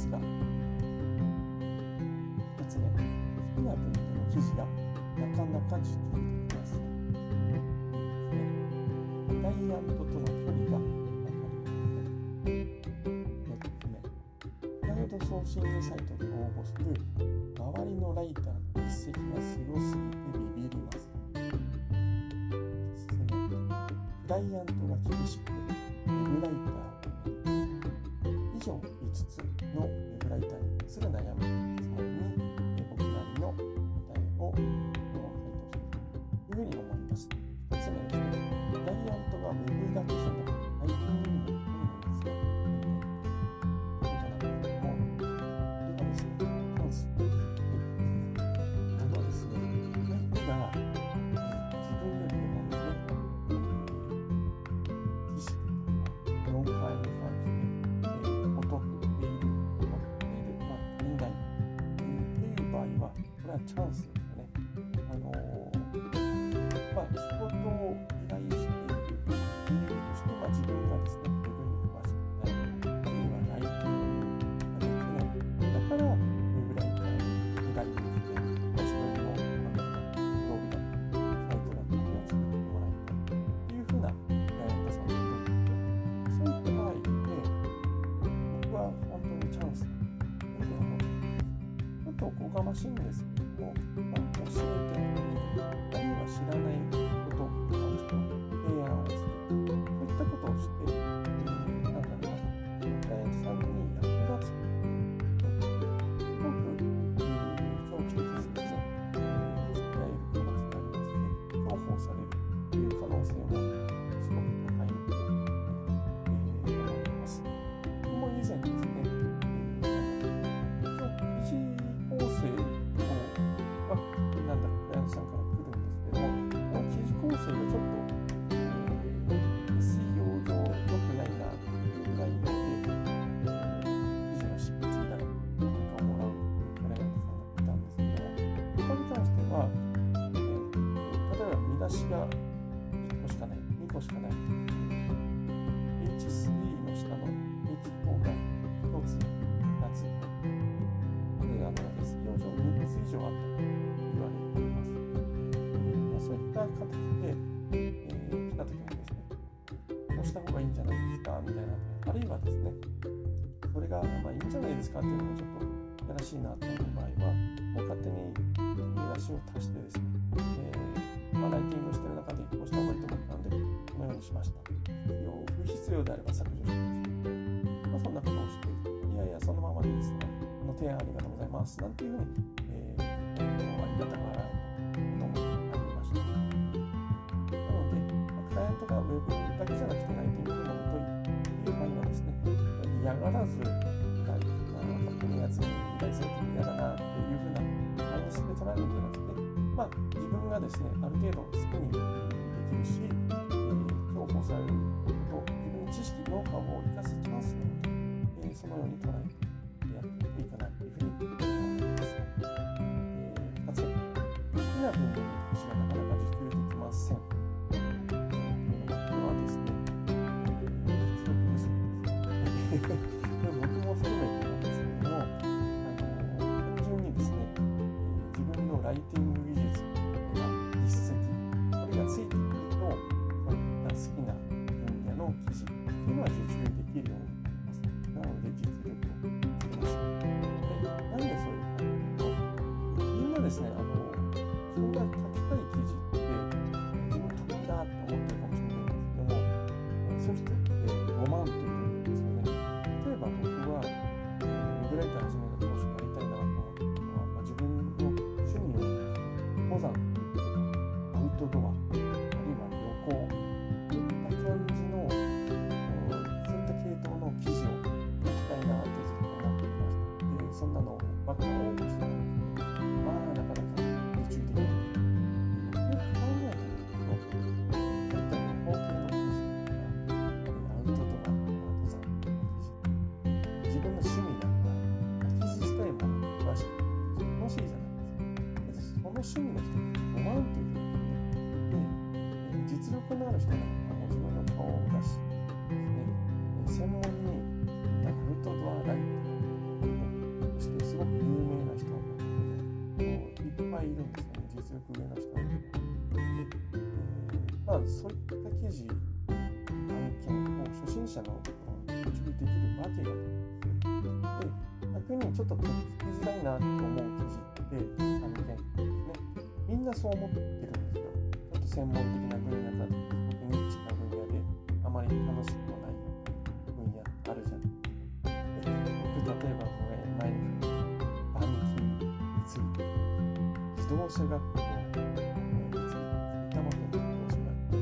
ですが、2つ目、好きな分野の記事がなかなか受注できません。クライアントとの距離が分かりません。4つ目、クラウドソーシングサイトに応募する周りのライターの実績がすごすぎてビビります。5つ目、クライアントが厳しくてウェブライターを以上5つのウェブライターに対する悩み質問に僕なりの答えを回答しているというふうに思います。1つ目ですね、クライアントがウェブだけじゃなくてライティングにも興味を持つようになっているということなんですけども、これがですね、チャンスです。ですね、相手が自分よりもですね、知識とかノウハウに関して劣っている、足りないという場合は、これはチャンスですよね。仕事を依頼している理由として、自分がですね、自分に詳しくない、あるいはライティングができない、だからウェブライターに依頼をして、ブログだサイトだったりを作ってもらいたいというふうなクライアントさんがいるので、そういった場合で僕は本当にチャンスだというふうに思っています。ちょっとおこがましいんですけども、教えてみる、あるいは知らないことに関しては提案をする、そういったことをして、クライアントさんに役立つすごく長期的にですね、使える可能性がありますし、重宝されるという可能性もすごく高いと思います。僕も以前ですね、記事構成をクライアントさんから来るんですけども、この記事構成がちょっと、SEO 上良くないなという内容で、記事の執筆依頼なんかをもらうクライアントさんがいたんですけども、ここに関しては、例えば見出しが1個しかない、2個しかない、H3 の下の H4 が1つ、2つ、SEO 上3つ以上あったと言われています。そういった形で、来たときにですね、こうした方がいいんじゃないですかみたいな、あるいはですね、それがいいんじゃないですかっていうのもちょっとやらしいなと思う場合は、もう勝手に見出しを足してですね、ライティングしている中でこうした方がいいと思ったので、このようにしました。不必要であれば削除してください。そんなことをして、いやいや、そのままでいいですね。提案ありがとうございます。なんていうふうに、ありがたがられたこともありました。なので、クライアントがウェブだけじゃなくてライティングにも疎いという場合はですね、嫌がらず、勝手なやつに依頼されて嫌だなっていうふうなマイナスで捉えるんじゃなくて、自分がですね、ある程度好きにできるし、重宝されること、自分の知識、ノウハウを生かすチャンスなので、そのように捉えてやっていくといいかなというふうに思います。2つ目、好きな分野の記事がなかなか受注できません。これはですね、実力不足ですね。これ僕も含めてなんですけども、単純にですね、自分のライティング技術とか実績、これがついてくると、そういった好きな分野の記事というのは受注できるようになります。なので実力をつけましょう。なんでそういうかというと、みんなですね、自分が書きたい記事って自分得意だと思ってるかもしれないんですけども、そういう人って5万といるんですよね。例えば僕は、ウェブライター始めた当初やりたいなと思ったのは、自分の趣味を登山とかアウトドア、あるいは旅行といった感じのそういった系統の記事を書きたいなとずっと思っていました。そんなのばっかり応募してたんですけど、なかなか受注できない。よく考えてみると、そういった旅行系の記事とか、アウトドア、登山の記事、自分の趣味だったら、記事自体も詳しくて楽しいじゃないですか。その趣味の人って5万というふうにで、実力のある人なのか、自分の顔を出しですね、専門にアウトドアライター、 そしてすごく有名な人がいっぱいいるんですよね、実力上の人が。で、そういった記事、案件を初心者の導入できるわけがないんですよ。で、逆にちょっととっつきづらいなと思う記事って案件ですね。みんなそう思ってるんですよ。ちょっと専門的な分野だとすごくニッチな分野であまり楽しくもない分野ってあるじゃないですか。僕例えば前に板金について自動車学校について埼玉県の自動車学校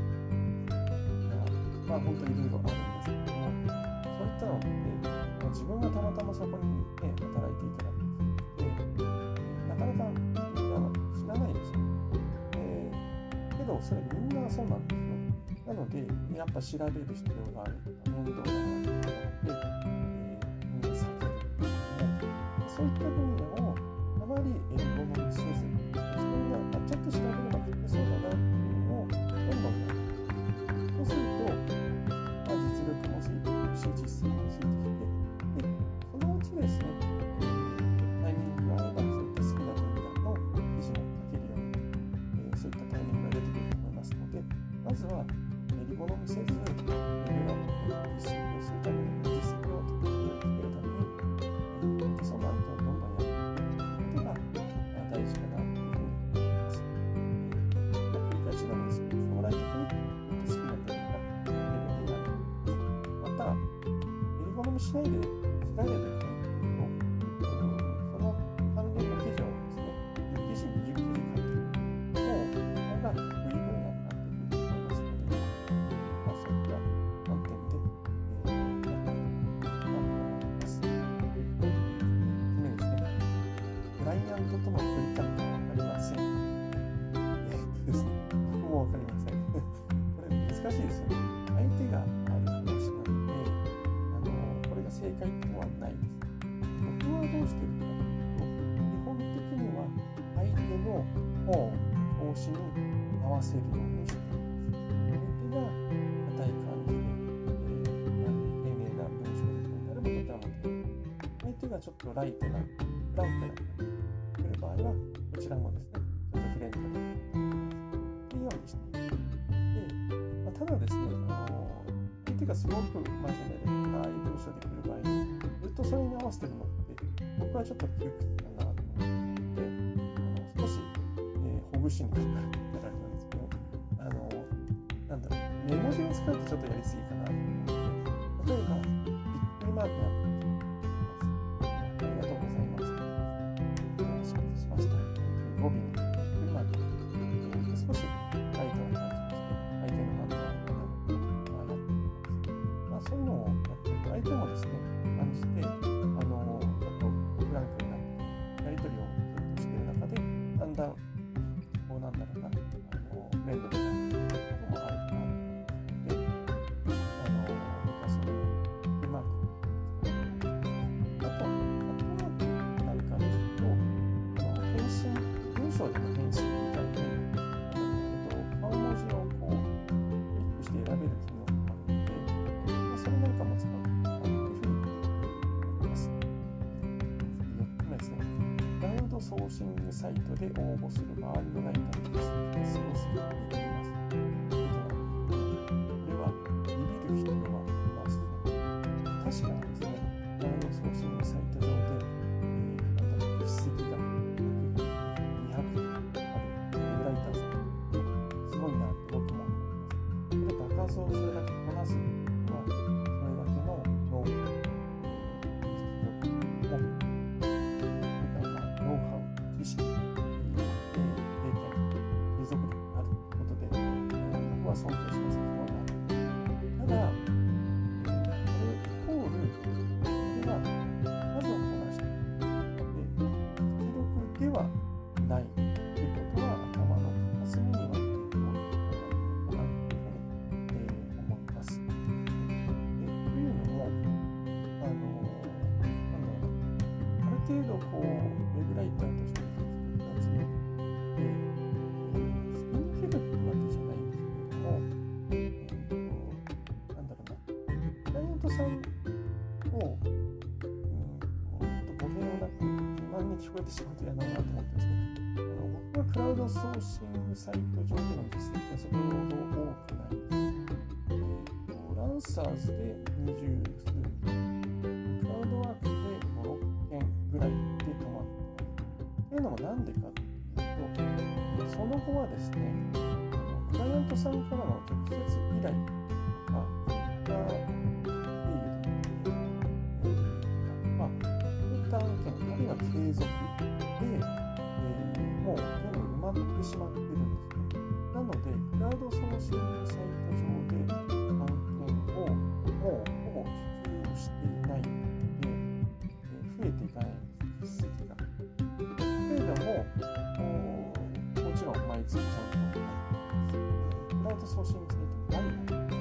が本当にいろいろあるんですけども、そういったのって自分がたまたまそこに、働いていただけで、なかなかみんな知らないですよ。けどそれみんなそうなんですよ。なのでやっぱ調べる必要があるとか面倒だなってみんな避けるんですけども、そういった分野をあまり英語もせず、自分がちょっと調べれば書けそうだなっていうのをどんどんやっていく。そうすると、実力もついてくるし、実績もついてきて、でそのうちですね、タイミングがあればそういった好きな分野の記事も書けるように、そういったタイミングが出てくると思いますので、まずは練り好みせず、レベルアップ、実績をするために、実績をつけるために、その案件をどんどんやっていくことが大事かなというふうに思います。繰り返しなんですけど、将来的に好きな分野がレベルになる。また、練り好みしないで調べると、その関連の記事をですね、10記事、20記事書いていく。もう、それが得意分野になってくると思いますので、そういった観点で、やっていくと思います。常にですね、クライアントとの距離感が分かりません。ですね、僕も分かりません。これ難しいですよね。相手がある話なので、これが正解っていうのはないです。僕はどうしてるかというと、基本的には相手の投資に合わせるようにしています。相手が硬い感じで、丁寧な文章になるもとても丁寧。相手がちょっとライトな、フランクな感じで来る場合は、こちらもですね、ちょっとフレンドリーなというようにしています。で、ただですね、相手がすごく真面目で硬い文章で来る場合に、ずっとそれに合わせてるのって、僕はちょっと窮屈だなと思っていて、少し、ほぐしにかかるって言ったらあれなんですけど、目文字を使うとちょっとやりすぎかなと思って、例えば、びっくりマークなんてありがとうございました。承知しました。語尾にびっくりマークを置いて少しライトな感じにして、相手の反応をやってみます。そういうのをやってると、相手もですね、感じて、ちょっとフランクになって、やり取りをずっとしている中で、だんだん、フレンドリーなこともあるかなと思いますので、僕はそのうまく使っています。あと、何かというと、文章での返信みたいに、顔文字をクリックして選べる機能があるので、それなんかも使うかなというふうに思います。4つ目ですね。クラウドソーシングサイトで応募する周りのライターの実績をすごく見ています。これはビビる人はいますね。確かにですね、クラウドソーシングサイト上で、実績が200あるウェブライターさん、すごいなって僕も思います。これ場数をそれだけこなすのは、それだけのノウハウ、実力を、ノウハウ、知識、経験、継続力があるということで、僕は尊敬します。ただ、これイコール、これが数をこなしている。実力ではないということは、頭の片隅には入れておいた方がいいのかなというふうに、思います。というのも、ある程度ウェブライターとして実力がついていて、突き抜けるってわけじゃないんですけれども、クライアントさんを、ちょっと語弊をえてしまうと嫌だなと思ってですね、僕はクラウドソーシングサイト上での実績がそれほど多くないです。ランサーズで20数件、クラウドワークで5、6件ぐらいで止まってます。というのもなんでかっていうと、その後はですね、クライアントさんからの直接依頼とか、そういった経由でそういった案件、あるいは継続で、もう全部埋まってしまっているんですね。なので、クラウドソーシングサイト上で案件をもうほぼ受注していないので、増えていかないんです、実績が。けれども、もちろん毎月ちゃんとクラウドソーシングサイトになるので、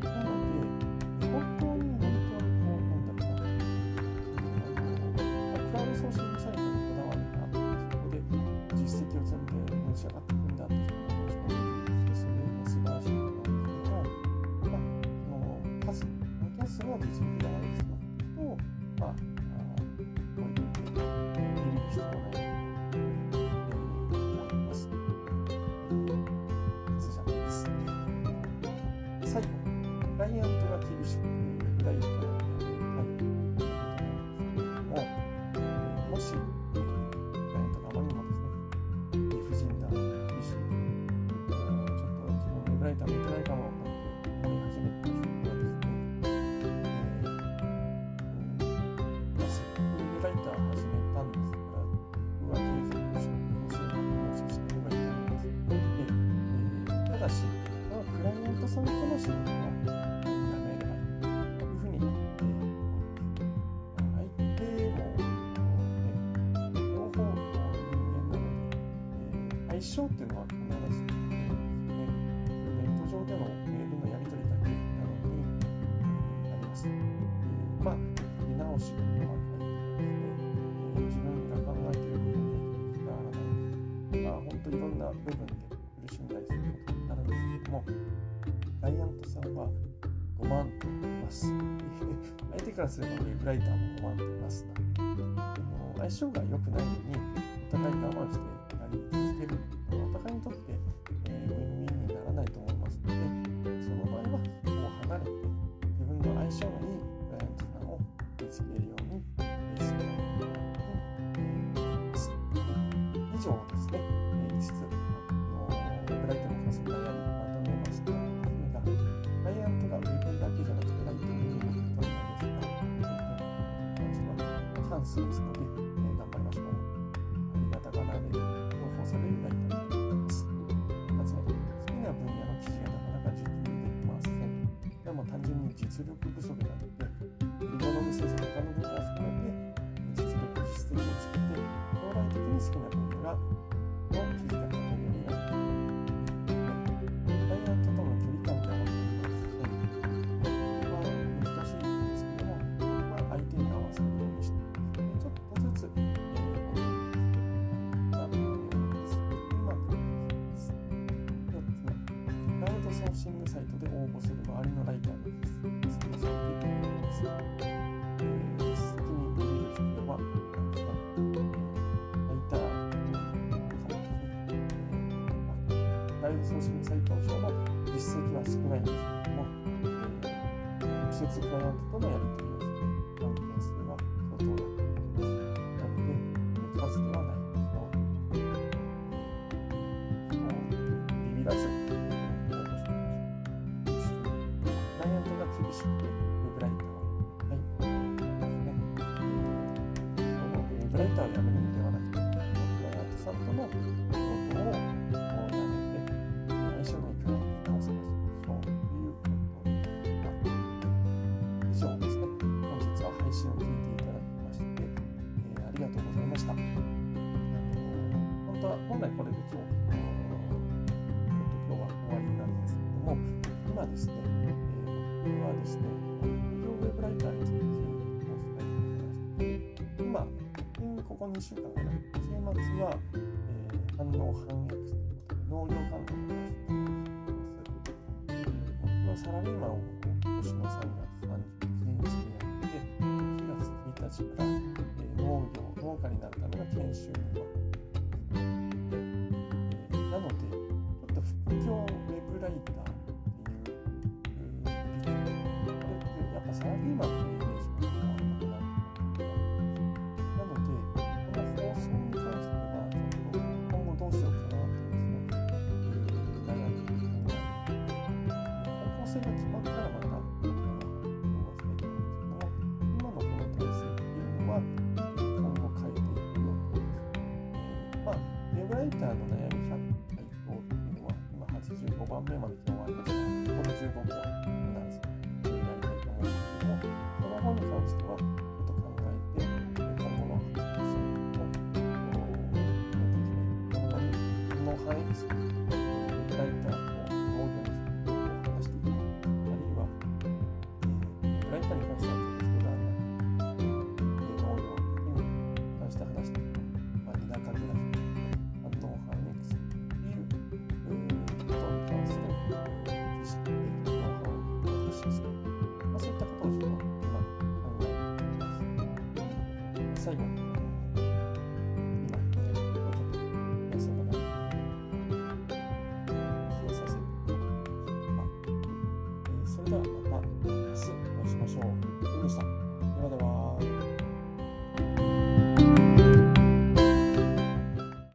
本当にこう、なんだろうな、クラウドソーシングサイトにこだわりがあって、そこで実績を積んでのし上がっていくんだっていうのももちろんできるし、それも素晴らしいことなんですけども、案件数は実力がないですよと、こういう入り必要ない。最後、クライアントが厳しくてウェブライターをやめたいということなんですけれども、もし、クライアントがあまりにもですね、理不尽だ、厳しい、ちょっと自分ウェブライター向いてないかもなんて思い始めた人はですね、せっかくウェブライターを始めたんですから、僕は継続してほしいなと思うし、した方がいいと思います。ただし、クライアントさんとの仕事はやめればいいというふうに思います。相手も、両方の人間なので、相性っていうのは必ずですね、ネット上でのメールのやり取りだけなのになります。見直しが細かいとかですね、自分が考えている部分で伝わらない、本当にいろんな部分で苦しんだりすることになるんですけども、クライアントさんは5万と言います。相手からすればウェブライターも5万と言いますな。相性が良くないのにお互い我慢してやり続ける。お互いにとってウィンウィンにならないと思いますので、その場合はそこを離れて自分の相性のいいクライアントさんを見つけるようにすればいいと思います。以上ですね、5つウェブライターに関する悩みまとめました。クライアントがウェブだけじゃなくてライティングにも取り組んですが、チャンスですので、頑張りましょう。ありがたがられる、情報されるライターになります。2つ目、好きな分野の記事がなかなか受注できません。でも単純に実力不足なので、売り物にせず他の分野を含めて実力、実績をつけて、将来的に好きな分野の記事が書けるようになっています。ソーシングサイトで応募する周りのライターの実績を探っていきます。実績に見える必要はありません。ライターとかもですね、ライブソーシングサイト上も実績は少ないんですけれども、直接クライアントとのやり取りをして案件数は相当やっています。なので、数ではないですよ。ビビらず厳しくてウェブライターをやめですね。ウェブライターをやめるのではなくて、クライアントさんとの仕事をやめて、相性のいいクライアントさんを探しましょうということになっています。以上ですね。本日は配信を聞いていただきまして、ありがとうございました。本来これで今日は終わりなんですけども、今ですね、僕はですね、副業ウェブライターについてお伝えしていまして、今、ここ2週間かな、週末は、反応反 X ということで、農業関連の話をしています。僕はサラリーマンを今年の3月31日にやって、4月1日から農業の農家になるための研修にはなので、ちょっと副業ウェブライターっていうこれってやっぱサラリーマンっていうイメージがあるのかなと思ってます。なので、この放送に関してはちょっと今後どうしようかなっていう悩んで考えて、方向性が決まったらまたしたいと思うんですけども、今のこの体制っていうのは今後変えていく予定です。ウェブライターの悩み100回答っていうのは今85番目まで今日終わりました。この15個なんですけど、やりたいと思うんですけども、その本に関してはちょっと考えて、今後の発信をやっていきたい。この範囲ですね。ウェブライターと農業の仕事を話していく。あるいは、ウェブライターに関してはちょっと人が農業に関して話していく。田舎暮らし、ノウハウミックスっていうことに関する知識、ノウハウを発信する。そういったことをちょっと今考えています。最後に、今言ったことをちょっと皆様に話させていただきました。それではまた明日お会いしましょう。でした。ではでは。